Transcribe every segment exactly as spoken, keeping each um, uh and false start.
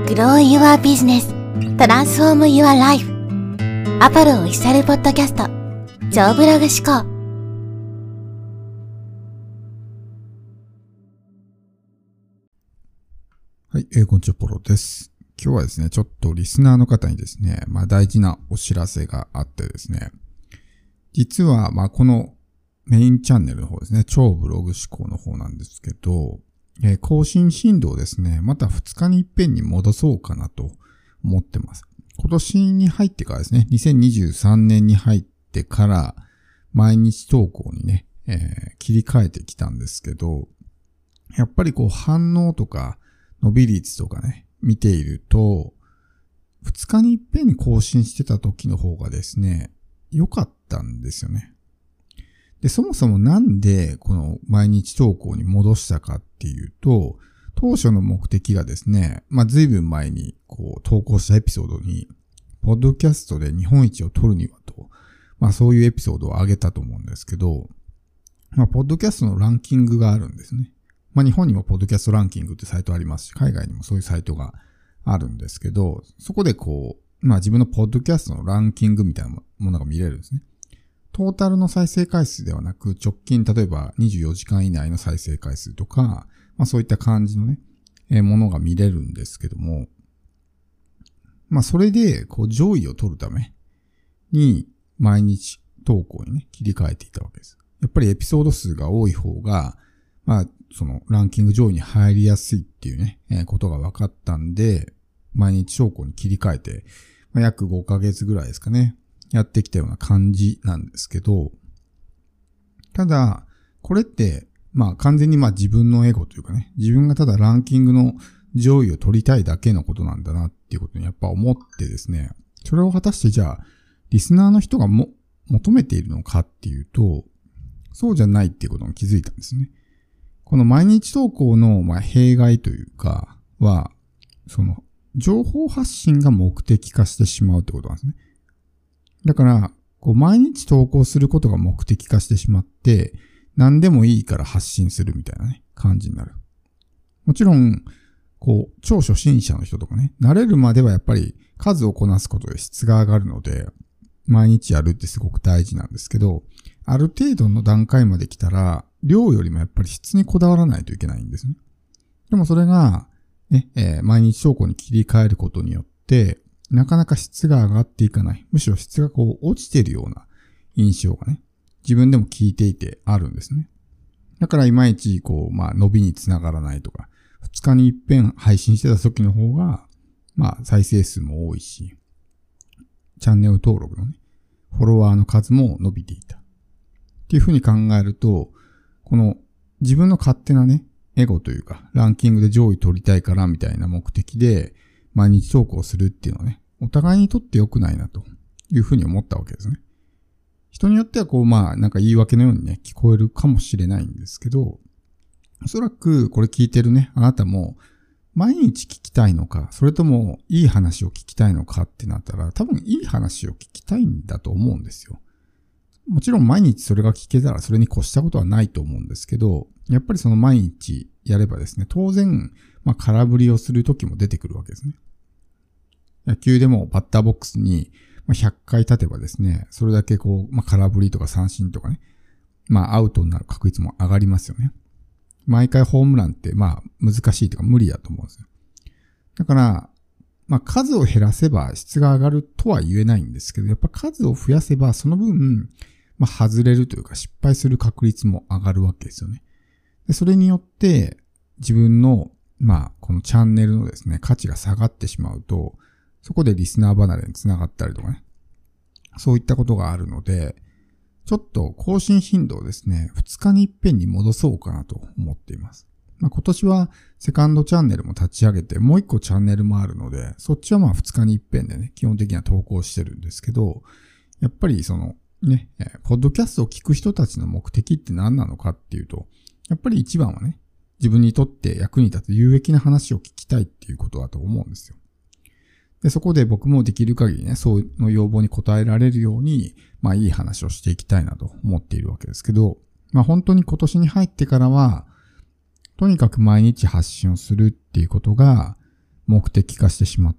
Grow Your Business Transform Your Life アポロオフィシャルポッドキャスト超ブログ思考。 はい、えー、こんにちは、ポロです。今日はですね、ちょっとリスナーの方にですね、まあ大事なお知らせがあってですね、実は、まあこのメインチャンネルの方ですね、超ブログ思考の方なんですけど、えー、更新頻度をですね、またふつかに一遍に戻そうかなと思ってます。今年に入ってからですね、にせんにじゅうさんねんに入ってから毎日投稿にね、えー、切り替えてきたんですけど、やっぱりこう反応とか伸び率とかね、見ていると、ふつかに一遍に更新してた時の方がですね、良かったんですよね。で、そもそもなんでこの毎日投稿に戻したかっていうと、当初の目的がですね、まあ随分前にこう投稿したエピソードに、ポッドキャストで日本一を取るにはと、まあそういうエピソードを上げたと思うんですけど、まあポッドキャストのランキングがあるんですね。まあ日本にもポッドキャストランキングってサイトありますし、海外にもそういうサイトがあるんですけど、そこでこう、まあ自分のポッドキャストのランキングみたいなものが見れるんですね。トータルの再生回数ではなく、直近例えばにじゅうよじかん以内の再生回数とか、まあそういった感じのね、えー、ものが見れるんですけども、まあそれでこう上位を取るために毎日投稿にね、切り替えていたわけです。やっぱりエピソード数が多い方が、まあそのランキング上位に入りやすいっていうね、えー、ことが分かったんで、毎日投稿に切り替えて、まあ、約ごかげつぐらいですかね。やってきたような感じなんですけど、ただ、これって、まあ完全にまあ自分のエゴというかね、自分がただランキングの上位を取りたいだけのことなんだなっていうことにやっぱ思ってですね、それを果たしてじゃあ、リスナーの人がも求めているのかっていうと、そうじゃないっていうことに気づいたんですね。この毎日投稿のまあ弊害というかは、その情報発信が目的化してしまうってことなんですね。だから、こう毎日投稿することが目的化してしまって、何でもいいから発信するみたいなね、感じになる。もちろん、こう、超初心者の人とかね、慣れるまではやっぱり数をこなすことで質が上がるので、毎日やるってすごく大事なんですけど、ある程度の段階まで来たら、量よりもやっぱり質にこだわらないといけないんですね。でもそれが、ね、えー、毎日投稿に切り替えることによって、なかなか質が上がっていかない。むしろ質がこう落ちているような印象がね、自分でも聞いていてあるんですね。だからいまいちこう、まあ伸びにつながらないとか、ふつかに一遍配信してた時の方が、まあ再生数も多いし、チャンネル登録のね、フォロワーの数も伸びていた。っていうふうに考えると、この自分の勝手なね、エゴというか、ランキングで上位取りたいからみたいな目的で、毎日投稿するっていうのはね、お互いにとって良くないなというふうに思ったわけですね。人によってはこうまあなんか言い訳のようにね、聞こえるかもしれないんですけど、おそらくこれ聞いてるね、あなたも毎日聞きたいのか、それともいい話を聞きたいのかってなったら、多分いい話を聞きたいんだと思うんですよ。もちろん毎日それが聞けたらそれに越したことはないと思うんですけど、やっぱりその毎日やればですね、当然、まあ空振りをする時も出てくるわけですね。野球でもバッターボックスにひゃっかい立てばですね、それだけこう、まあ、空振りとか三振とかね、まあアウトになる確率も上がりますよね。毎回ホームランってまあ難しいというか無理だと思うんですよ。だから、まあ数を減らせば質が上がるとは言えないんですけど、やっぱ数を増やせばその分、まあ外れるというか失敗する確率も上がるわけですよね。でそれによって自分のまあこのチャンネルのですね、価値が下がってしまうと、そこでリスナー離れにつながったりとかね。そういったことがあるので、ちょっと更新頻度をですね、ふつかに一遍に戻そうかなと思っています。まあ、今年はセカンドチャンネルも立ち上げて、もう一個チャンネルもあるので、そっちはまあふつかに一遍でね、基本的には投稿してるんですけど、やっぱりそのね、ポッドキャストを聞く人たちの目的って何なのかっていうと、やっぱり一番はね、自分にとって役に立つ有益な話を聞きたいっていうことだと思うんですよ。で、そこで僕もできる限りね、その要望に応えられるように、まあいい話をしていきたいなと思っているわけですけど、まあ本当に今年に入ってからは、とにかく毎日発信をするっていうことが、 目的化してしまって、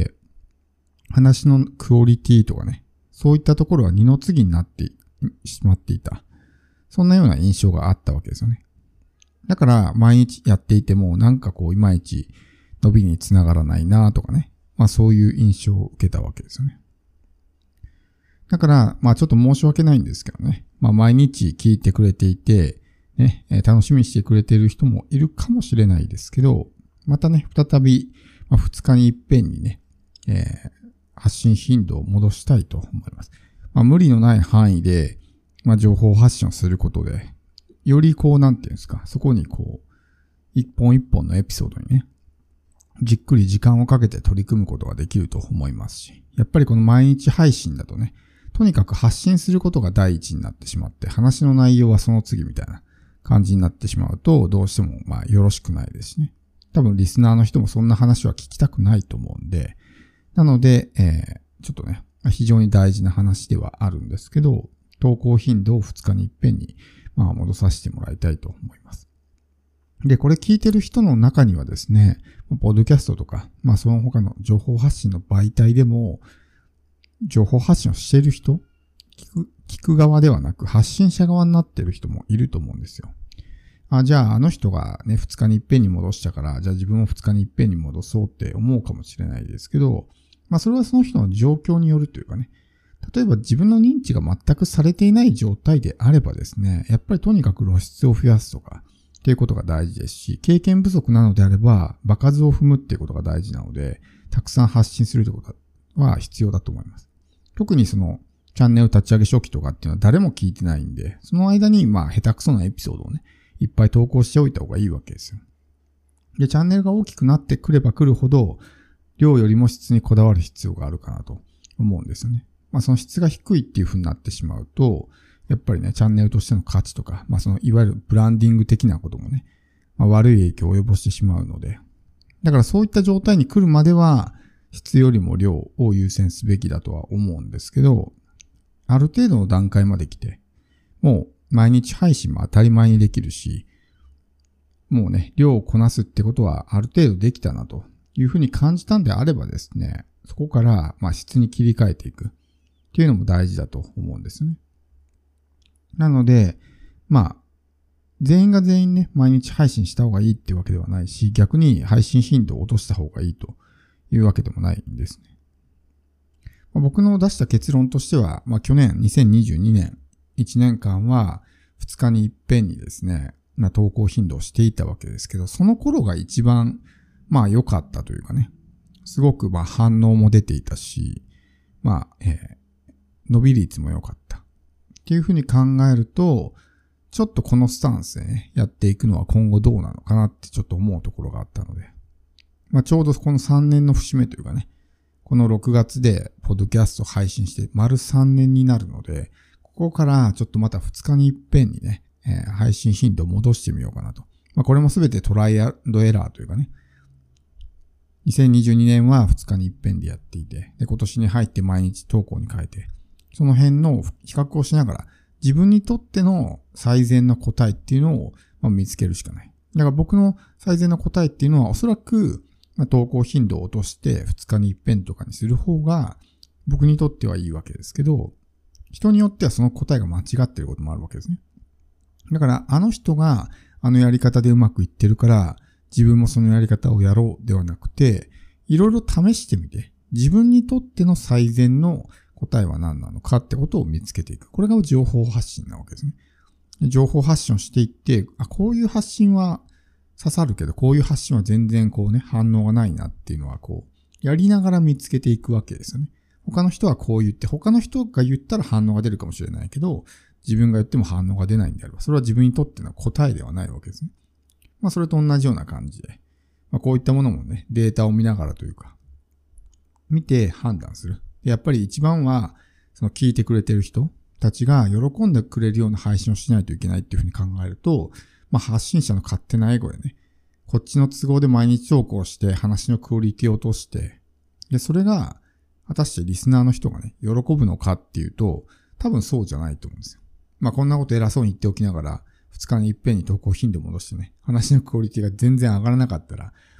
話のクオリティとかね、そういったところは二の次になってしまっていた。そんなような印象があったわけですよね。だから毎日やっていてもなんかこういまいち伸びにつながらないなとかね。まあそういう印象を受けたわけですよね。だからまあちょっと申し訳ないんですけどね。まあ毎日聞いてくれていて、ね、楽しみにしてくれている人もいるかもしれないですけど、またね、再び、まあ、ふつかに一遍にね、えー、発信頻度を戻したいと思います。まあ無理のない範囲で、まあ情報発信をすることで、よりこうなんていうんですか、そこにこう、一本一本のエピソードにね、じっくり時間をかけて取り組むことができると思いますし、やっぱりこの毎日配信だとね、とにかく発信することが第一になってしまって、話の内容はその次みたいな感じになってしまうと、どうしてもまあよろしくないですしね。多分リスナーの人もそんな話は聞きたくないと思うんで、なので、えー、ちょっとね、非常に大事な話ではあるんですけど、投稿頻度をふつかに一遍にまあ戻させてもらいたいと思います。で、これ聞いてる人の中にはですね、ポッドキャストとか、まあその他の情報発信の媒体でも、情報発信をしている人、聞く、聞く側ではなく発信者側になっている人もいると思うんですよ。あ、じゃああの人がね、ふつかに一遍に戻したから、じゃあ自分もふつかに一遍に戻そうって思うかもしれないですけど、まあそれはその人の状況によるというかね、例えば自分の認知が全くされていない状態であればですね、やっぱりとにかく露出を増やすとかっていうことが大事ですし、経験不足なのであれば場数を踏むっていうことが大事なので、たくさん発信するということは必要だと思います。特にそのチャンネル立ち上げ初期とかっていうのは誰も聞いてないんで、その間にまあ下手くそなエピソードをね、いっぱい投稿しておいた方がいいわけですよ。で、チャンネルが大きくなってくればくるほど、量よりも質にこだわる必要があるかなと思うんですよね。まあその質が低いっていう風になってしまうと、やっぱりね、チャンネルとしての価値とか、まあそのいわゆるブランディング的なこともね、まあ、悪い影響を及ぼしてしまうので、だからそういった状態に来るまでは、質よりも量を優先すべきだとは思うんですけど、ある程度の段階まで来て、もう毎日配信も当たり前にできるし、もうね、量をこなすってことはある程度できたなというふうに感じたんであればですね、そこからまあ質に切り替えていくっていうのも大事だと思うんですね。なので、まあ、全員が全員ね、毎日配信した方がいいっていうわけではないし、逆に配信頻度を落とした方がいいというわけでもないんですね。まあ、僕の出した結論としては、まあ去年にせんにじゅうにねん、いちねんかんはふつかに一遍にですね、まあ投稿頻度をしていたわけですけど、その頃が一番まあ良かったというかね、すごくまあ反応も出ていたし、まあ、えー、伸び率も良かったっていうふうに考えると、ちょっとこのスタンスでね、やっていくのは今後どうなのかなってちょっと思うところがあったので、まあちょうどこのさんねんの節目というかね、このろくがつでポッドキャスト配信して丸さんねんになるので、ここからちょっとまたふつかに一遍にね、えー、配信頻度を戻してみようかなと。まあこれもすべてトライアンドエラーというかね、にせんにじゅうにねんはふつかに一遍でやっていて、で今年に入って毎日投稿に変えて、その辺の比較をしながら自分にとっての最善の答えっていうのを見つけるしかない。だから僕の最善の答えっていうのはおそらく投稿頻度を落としてふつかに一遍とかにする方が僕にとってはいいわけですけど、人によってはその答えが間違っていることもあるわけですね。だからあの人があのやり方でうまくいってるから自分もそのやり方をやろうではなくて、いろいろ試してみて自分にとっての最善の答えは何なのかってことを見つけていく。これが情報発信なわけですね。情報発信をしていって、あ、こういう発信は刺さるけど、こういう発信は全然こうね、反応がないなっていうのはこう、やりながら見つけていくわけですよね。他の人はこう言って、他の人が言ったら反応が出るかもしれないけど、自分が言っても反応が出ないんであれば、それは自分にとっての答えではないわけですね。まあそれと同じような感じで、まあこういったものもね、データを見ながらというか、見て判断する。やっぱり一番は、その聞いてくれてる人たちが喜んでくれるような配信をしないといけないっていうふうに考えると、まあ発信者の勝手なエゴでね、こっちの都合で毎日投稿して話のクオリティを落として、で、それが果たしてリスナーの人がね、喜ぶのかっていうと、多分そうじゃないと思うんですよ。まあこんなこと偉そうに言っておきながら、ふつかに一遍に投稿頻度戻してね、話のクオリティが全然上がらなかったら、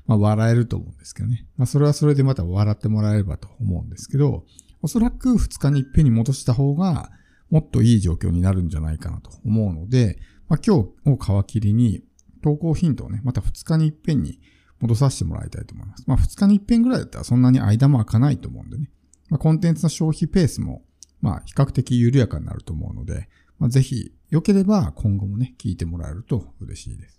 まあ笑えると思うんですけどね。まあそれはそれでまた笑ってもらえればと思うんですけど、おそらくふつかに一遍に戻した方がもっといい状況になるんじゃないかなと思うので、まあ今日を皮切りに投稿ヒントをね、またふつかに一遍に戻させてもらいたいと思います。まあふつかに一遍ぐらいだったらそんなに間も空かないと思うんでね。まあコンテンツの消費ペースもまあ比較的緩やかになると思うので、まあぜひ良ければ今後もね、聞いてもらえると嬉しいです。